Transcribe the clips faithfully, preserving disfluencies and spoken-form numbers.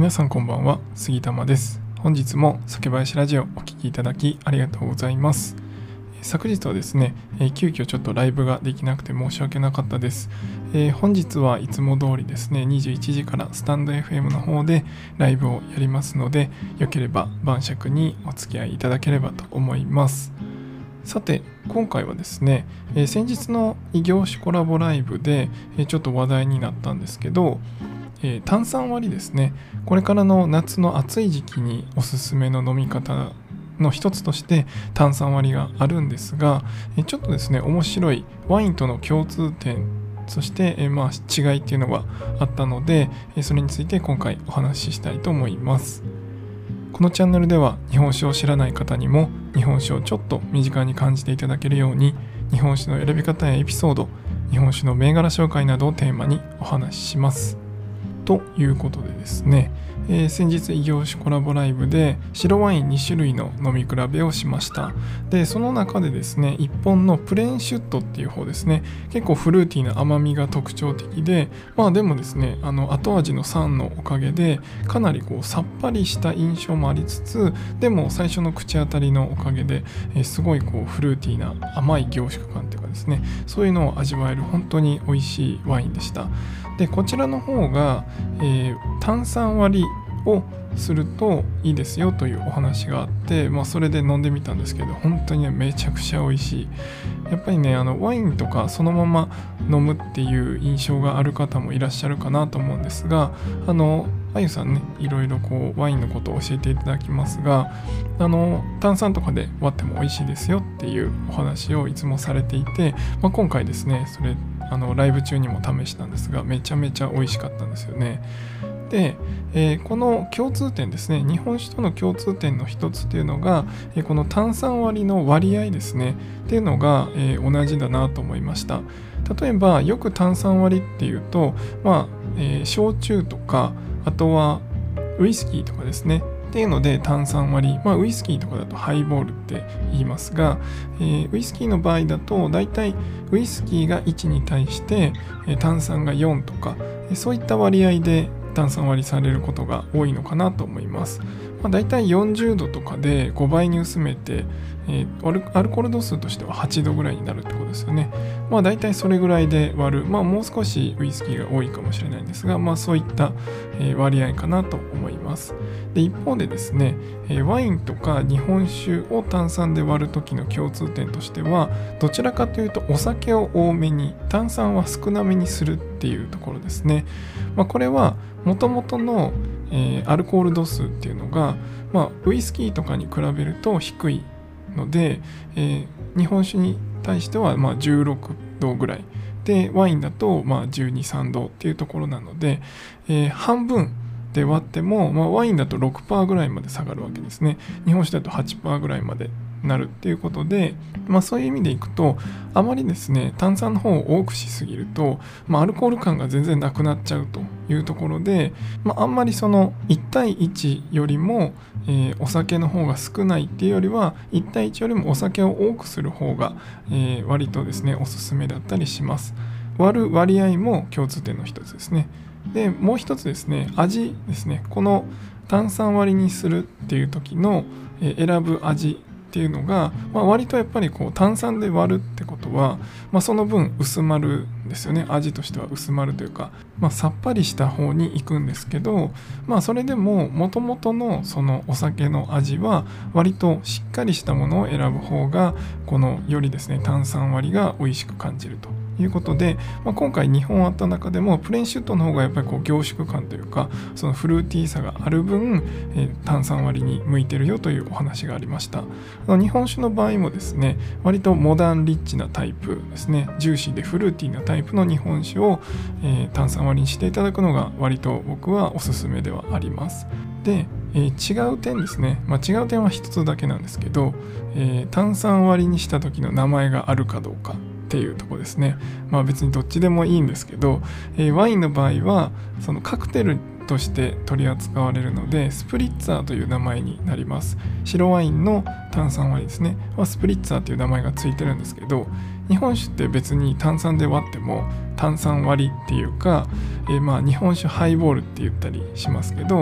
皆さんこんばんは、杉玉です。本日も酒林ラジオお聞きいただきありがとうございます。昨日はですね、えー、急遽ちょっとライブができなくて申し訳なかったです。えー、本日はいつも通りですね、にじゅういちじからスタンド エフエム の方でライブをやりますので、よければ晩酌にお付き合いいただければと思います。さて、今回はですね、えー、先日の異業種コラボライブで、えー、ちょっと話題になったんですけど、えー、炭酸割りですね。これからの夏の暑い時期におすすめの飲み方の一つとして炭酸割りがあるんですが、えー、ちょっとですね面白いワインとの共通点、そして、えー、まあ違いっていうのがあったので、えー、それについて今回お話ししたいと思います。このチャンネルでは日本酒を知らない方にも日本酒をちょっと身近に感じていただけるように、日本酒の選び方やエピソード、日本酒の銘柄紹介などをテーマにお話しします。ということでですね、えー、先日異業種コラボライブで白ワインに種類の飲み比べをしました。でその中でですね、いっぽんのプレーンシュットっていう方ですね、結構フルーティーな甘みが特徴的で、まあでもですね、あの後味の酸のおかげでかなりこうさっぱりした印象もありつつ、でも最初の口当たりのおかげで、えー、すごいこうフルーティーな甘い凝縮感というかですね、そういうのを味わえる本当に美味しいワインでした。でこちらの方が、えー、炭酸割りをするといいですよというお話があって、まあ、それで飲んでみたんですけど、本当にねめちゃくちゃ美味しい。やっぱりね、あのワインとかそのまま飲むっていう印象がある方もいらっしゃるかなと思うんですが、あのあゆさんね、いろいろこうワインのことを教えていただきますが、あの炭酸とかで割っても美味しいですよっていうお話をいつもされていて、まあ、今回ですね、それあのライブ中にも試したんですが、めちゃめちゃ美味しかったんですよね。で、えー、この共通点ですね、日本酒との共通点の一つっていうのが、えー、この炭酸割りの割合ですねっていうのが、えー、同じだなと思いました。例えばよく炭酸割りっていうと、まあえー、焼酎とか、あとはウイスキーとかですねっていうので炭酸割り、まあ、ウイスキーとかだとハイボールって言いますが、えー、ウイスキーの場合だとだいたいウイスキーがいちに対して、えー、炭酸がよんとか、えー、そういった割合で炭酸割りされることが多いのかなと思います。まあ、だいたいよんじゅうどとかでごばいに薄めて、えー、アルコール度数としてははちどぐらいになるってことですよね。まあだいたいそれぐらいで割る、まあもう少しウイスキーが多いかもしれないんですが、まあそういった、えー、割合かなと思います。で一方でですね、えー、ワインとか日本酒を炭酸で割る時の共通点としては、どちらかというとお酒を多めに、炭酸は少なめにするっていうところですね。まあこれはもともとの、えー、アルコール度数っていうのが、まあ、ウイスキーとかに比べると低いので、えー、日本酒に対してはまあじゅうろくどぐらいで、ワインだとまあじゅうに、さんどっていうところなので、えー、半分で割っても、まあ、ワインだと ろくパーセント ぐらいまで下がるわけですね。日本酒だと はちパーセント ぐらいまでなるっていうことで、まあ、そういう意味でいくと、あまりですね炭酸の方を多くしすぎると、まあ、アルコール感が全然なくなっちゃうというところで、まあ、あんまりそのいち対いちよりも、えー、お酒の方が少ないっていうよりは、いち対いちよりもお酒を多くする方が、えー、割とですねおすすめだったりします。割る割合も共通点の一つですね。でもう一つですね、味ですね。この炭酸割りにするっていう時の、えー、選ぶ味っていうのが、まあ、割とやっぱりこう炭酸で割るってことは、まあ、その分薄まるんですよね。味としては薄まるというか、まあ、さっぱりした方に行くんですけど、まあそれでも元々のそのお酒の味は割としっかりしたものを選ぶ方が、このよりですね炭酸割りが美味しく感じるということで、まあ、今回にほんあった中でもプレーンシュットの方がやっぱりこう凝縮感というか、そのフルーティーさがある分、えー、炭酸割りに向いてるよというお話がありました。あの日本酒の場合もですね、割とモダンリッチなタイプですね、ジューシーでフルーティーなタイプの日本酒を、えー、炭酸割りにしていただくのが割と僕はおすすめではあります。で、えー、違う点ですね、まあ、違う点は一つだけなんですけど、えー、炭酸割りにした時の名前があるかどうかっていうところですね。まあ別にどっちでもいいんですけど、えー、ワインの場合はそのカクテルとして取り扱われるので、スプリッツァーという名前になります。白ワインの炭酸割りですね、まあ、スプリッツァーという名前がついてるんですけど、日本酒って別に炭酸で割っても炭酸割りっていうか、えー、まあ日本酒ハイボールって言ったりしますけど、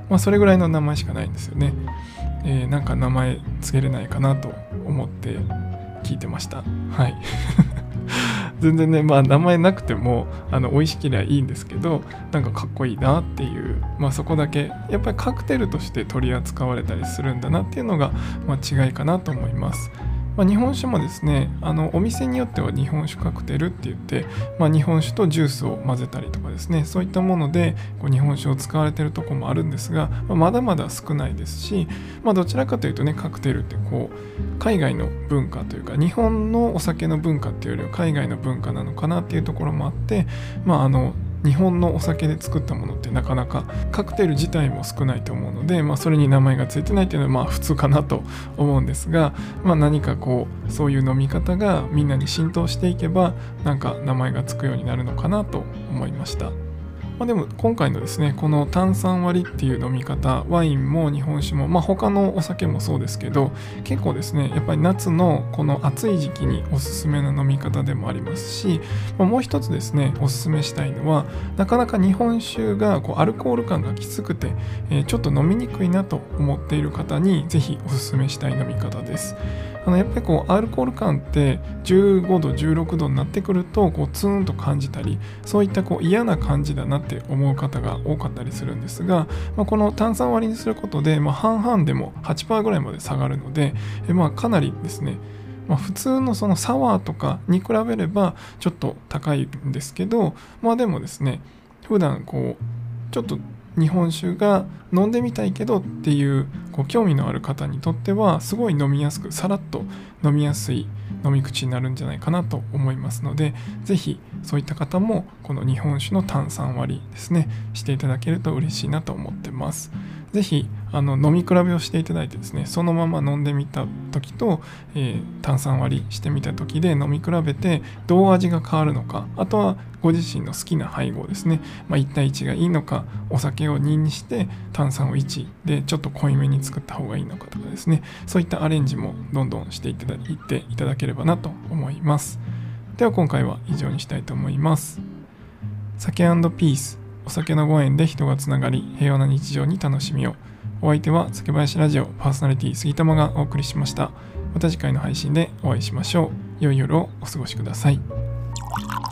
まあ、それぐらいの名前しかないんですよね。えー、なんか名前つけれないかなと思って聞いてました。はい全然ね、まあ名前なくてもあの美味しければいいんですけど、なんかかっこいいなっていう、まあそこだけやっぱりカクテルとして取り扱われたりするんだなっていうのが、まあ、違いかなと思います。まあ、日本酒もですね、あのお店によっては日本酒カクテルって言って、まあ、日本酒とジュースを混ぜたりとかですね、そういったものでこう日本酒を使われているところもあるんですが、まあ、まだまだ少ないですし、まあ、どちらかというとね、カクテルってこう海外の文化というか、日本のお酒の文化っていうよりは海外の文化なのかなっていうところもあって、まああの日本のお酒で作ったものってなかなかカクテル自体も少ないと思うので、まあ、それに名前がついてないっていうのはまあ普通かなと思うんですが、まあ、何かこうそういう飲み方がみんなに浸透していけば、なんか名前がつくようになるのかなと思いました。まあ、でも今回のですね、この炭酸割りっていう飲み方、ワインも日本酒も、まあ、他のお酒もそうですけど、結構ですね、やっぱり夏のこの暑い時期におすすめの飲み方でもありますし、まあ、もう一つですね、おすすめしたいのは、なかなか日本酒がこうアルコール感がきつくて、えー、ちょっと飲みにくいなと思っている方にぜひおすすめしたい飲み方です。あのやっぱりこうアルコール感ってじゅうごどじゅうろくどになってくるとこうツーンと感じたり、そういったこう嫌な感じだなって思う方が多かったりするんですが、まあ、この炭酸割りにすることで、まあ、半々でも はちパーセント ぐらいまで下がるので、えまあかなりですね、まあ、普通のそのサワーとかに比べればちょっと高いんですけど、まあでもですね、普段こうちょっと日本酒が飲んでみたいけどっていう、こう興味のある方にとってはすごい飲みやすく、さらっと飲みやすい飲み口になるんじゃないかなと思いますので、ぜひそういった方もこの日本酒の炭酸割りですね、していただけると嬉しいなと思ってます。ぜひあの飲み比べをしていただいてですね、そのまま飲んでみた時と、えー、炭酸割りしてみた時で飲み比べてどう味が変わるのか、あとはご自身の好きな配合ですね、まあ、いち対いちがいいのか、お酒をににして炭酸をいちでちょっと濃いめに作った方がいいのかとかですね、そういったアレンジもどんどんしていただいていただければなと思います。では今回は以上にしたいと思います。酒&ピース、お酒のご縁で人がつながり、平和な日常に楽しみを。お相手は酒林ラジオパーソナリティ杉玉がお送りしました。また次回の配信でお会いしましょう。良い夜をお過ごしください。